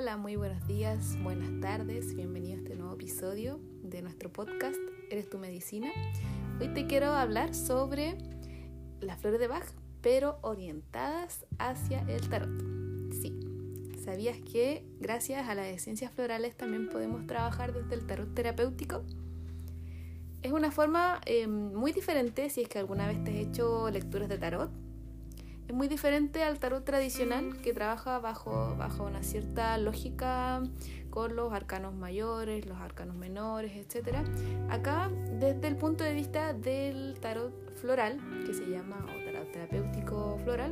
Hola, muy buenos días, buenas tardes, bienvenido a este nuevo episodio de nuestro podcast Eres tu medicina. Hoy te quiero hablar sobre las flores de Bach, pero orientadas hacia el tarot. Sí, ¿sabías que gracias a las esencias florales también podemos trabajar desde el tarot terapéutico? Es una forma muy diferente si es que alguna vez te has hecho lecturas de tarot. Es muy diferente al tarot tradicional que trabaja bajo una cierta lógica con los arcanos mayores, los arcanos menores, etc. Acá, desde el punto de vista del tarot floral, que se llama o tarot terapéutico floral,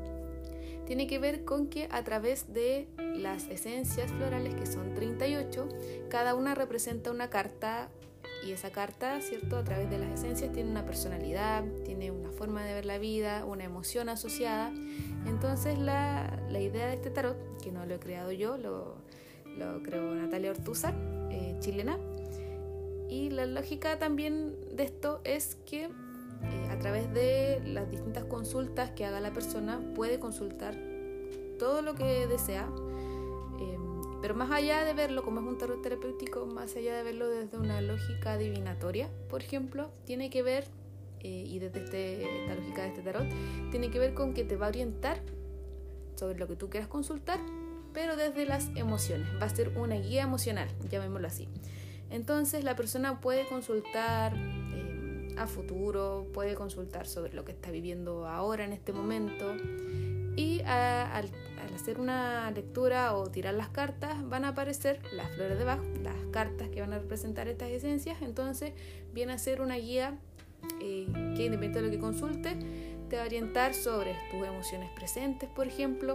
tiene que ver con que a través de las esencias florales, que son 38, cada una representa una carta. Y esa carta, ¿cierto?, a través de las esencias tiene una personalidad, tiene una forma de ver la vida, una emoción asociada. Entonces la idea de este tarot, que no lo he creado yo, lo creó Natalia Ortúzar, chilena. Y la lógica también de esto es que a través de las distintas consultas que haga la persona puede consultar todo lo que desea. Pero más allá de verlo como es un tarot terapéutico, más allá de verlo desde una lógica adivinatoria, por ejemplo, tiene que ver, y desde esta lógica de este tarot, tiene que ver con que te va a orientar sobre lo que tú quieras consultar, pero desde las emociones. Va a ser una guía emocional, llamémoslo así. Entonces la persona puede consultar a futuro, puede consultar sobre lo que está viviendo ahora en este momento. Y al hacer una lectura o tirar las cartas van a aparecer las flores de Bach, las cartas que van a representar estas esencias. Entonces viene a ser una guía que, independientemente de lo que consulte, te va a orientar sobre tus emociones presentes, por ejemplo,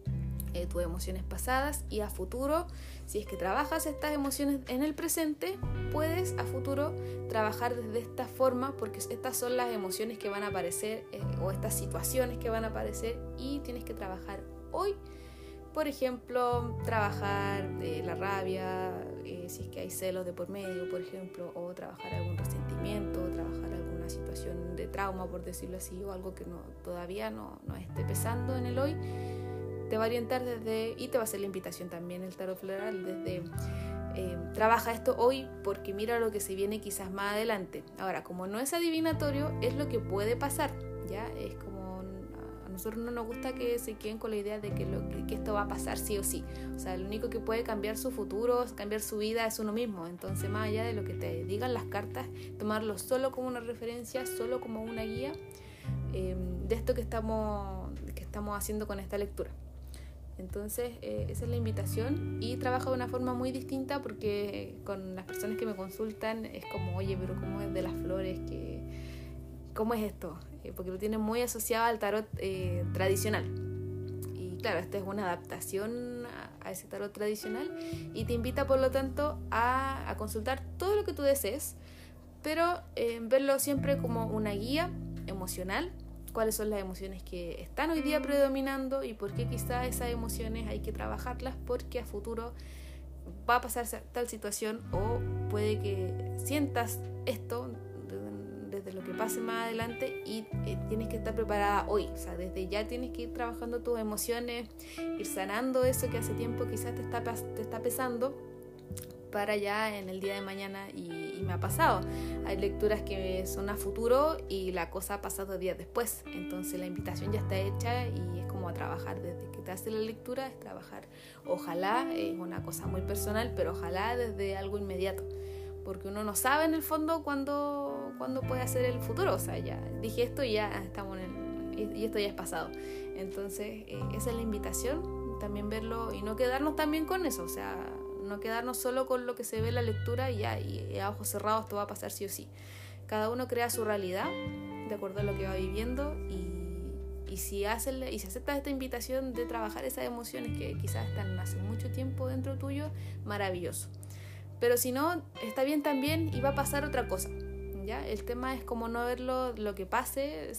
tus emociones pasadas, y a futuro, si es que trabajas estas emociones en el presente, puedes a futuro trabajar desde esta forma, porque estas son las emociones que van a aparecer o estas situaciones que van a aparecer y tienes que trabajar hoy. Por ejemplo, trabajar la rabia, si es que hay celos de por medio, por ejemplo, o trabajar algún resentimiento, o trabajar alguna situación de trauma, por decirlo así, o algo que todavía no esté pesando en el hoy. Te va a orientar desde, y te va a hacer la invitación también el tarot floral, desde trabaja esto hoy porque mira lo que se viene quizás más adelante. Ahora, como no es adivinatorio, es lo que puede pasar, ¿ya? Es como a nosotros no nos gusta que se queden con la idea de que esto va a pasar sí o sí. O sea, el único que puede cambiar su futuro, cambiar su vida es uno mismo. Entonces, más allá de lo que te digan las cartas, tomarlo solo como una referencia, solo como una guía de esto que estamos haciendo con esta lectura. Entonces esa es la invitación, y trabajo de una forma muy distinta porque con las personas que me consultan es como, oye, pero ¿cómo es de las flores? ¿Cómo es esto? Porque lo tienen muy asociado al tarot tradicional. Y claro, esta es una adaptación a ese tarot tradicional y te invita por lo tanto a consultar todo lo que tú desees, pero verlo siempre como una guía emocional. Cuáles son las emociones que están hoy día predominando y por qué quizás esas emociones hay que trabajarlas, porque a futuro va a pasar tal situación o puede que sientas esto desde lo que pase más adelante y tienes que estar preparada hoy. O sea, desde ya tienes que ir trabajando tus emociones, ir sanando eso que hace tiempo quizás te está pesando, para ya en el día de mañana, y me ha pasado. Hay lecturas que son a futuro y la cosa ha pasado días después, entonces la invitación ya está hecha y es como a trabajar desde que te hace la lectura, es trabajar, ojalá, es una cosa muy personal, pero ojalá desde algo inmediato, porque uno no sabe en el fondo cuándo puede hacer el futuro. O sea, ya dije esto y ya estamos y esto ya es pasado. Entonces esa es la invitación, también verlo y no quedarnos también con eso. O sea, no quedarnos solo con lo que se ve en la lectura y a ojos cerrados esto va a pasar sí o sí. Cada uno crea su realidad de acuerdo a lo que va viviendo, y si aceptas esta invitación de trabajar esas emociones que quizás están hace mucho tiempo dentro tuyo, maravilloso. Pero si no, está bien también y va a pasar otra cosa, ¿ya? El tema es como no verlo, lo que pase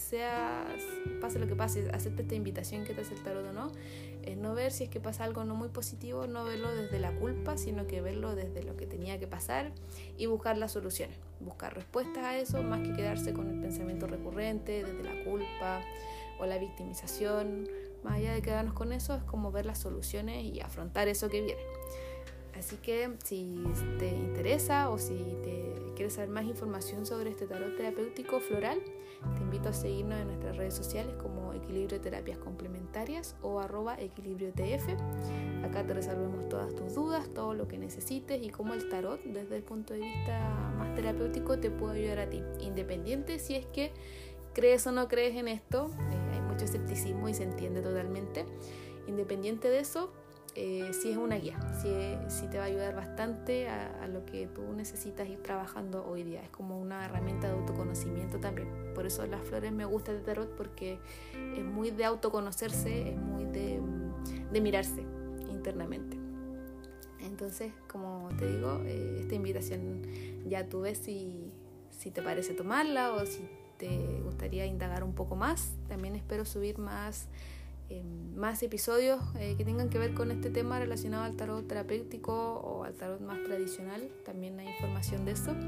lo que pase, acepta esta invitación que te hace el tarot o no. Es no ver si es que pasa algo no muy positivo, no verlo desde la culpa, sino que verlo desde lo que tenía que pasar y buscar las soluciones, buscar respuestas a eso, más que quedarse con el pensamiento recurrente desde la culpa o la victimización más allá de quedarnos con eso, es como ver las soluciones y afrontar eso que viene. Así que si te interesa o si te quieres saber más información sobre este tarot terapéutico floral, te invito a seguirnos en nuestras redes sociales como Equilibrio Terapias Complementarias o @equilibriotf. Acá te resolvemos todas tus dudas, todo lo que necesites y cómo el tarot desde el punto de vista más terapéutico te puede ayudar a ti, independiente si es que crees o no crees en esto. Hay mucho escepticismo y se entiende totalmente. Independiente de eso, sí es una guía, sí te va a ayudar bastante a lo que tú necesitas ir trabajando hoy día. Es como una herramienta de autoconocimiento también. Por eso las flores me gustan de tarot, porque es muy de autoconocerse, es muy de mirarse internamente. Entonces, como te digo, esta invitación ya tú ves si te parece tomarla o si te gustaría indagar un poco más. También espero subir más episodios que tengan que ver con este tema relacionado al tarot terapéutico o al tarot más tradicional. También hay información de eso.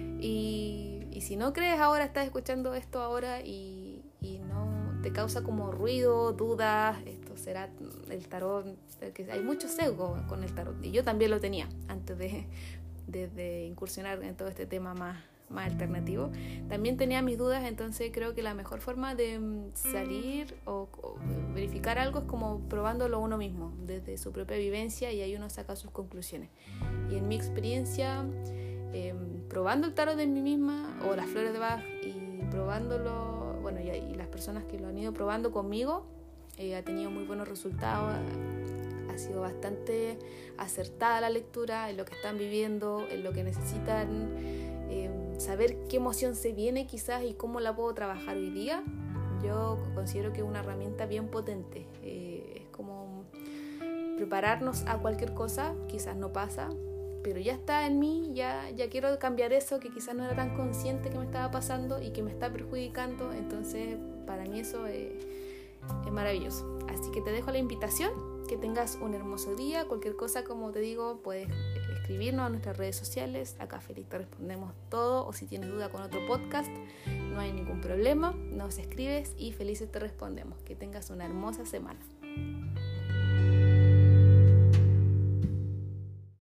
Y si no crees ahora, estás escuchando esto ahora y no te causa como ruido, dudas, esto será el tarot, que hay mucho sesgo con el tarot. Y yo también lo tenía antes de incursionar en todo este tema más alternativo. También tenía mis dudas, entonces creo que la mejor forma de salir o verificar algo es como probándolo uno mismo, desde su propia vivencia, y ahí uno saca sus conclusiones. Y en mi experiencia, probando el tarot de mí misma o las flores de Bach y probándolo, bueno, y las personas que lo han ido probando conmigo, ha tenido muy buenos resultados. Ha sido bastante acertada la lectura en lo que están viviendo, en lo que necesitan, saber qué emoción se viene quizás y cómo la puedo trabajar hoy día. Yo considero que es una herramienta bien potente. Es como prepararnos a cualquier cosa, quizás no pasa, pero ya está en mí, ya quiero cambiar eso que quizás no era tan consciente que me estaba pasando y que me está perjudicando. Entonces para mí eso es maravilloso. Así que te dejo la invitación, que tengas un hermoso día. Cualquier cosa, como te digo, puedes escribirnos a nuestras redes sociales. Acá feliz te respondemos todo, o si tienes duda con otro podcast, no hay ningún problema, nos escribes y felices te respondemos. Que tengas una hermosa semana.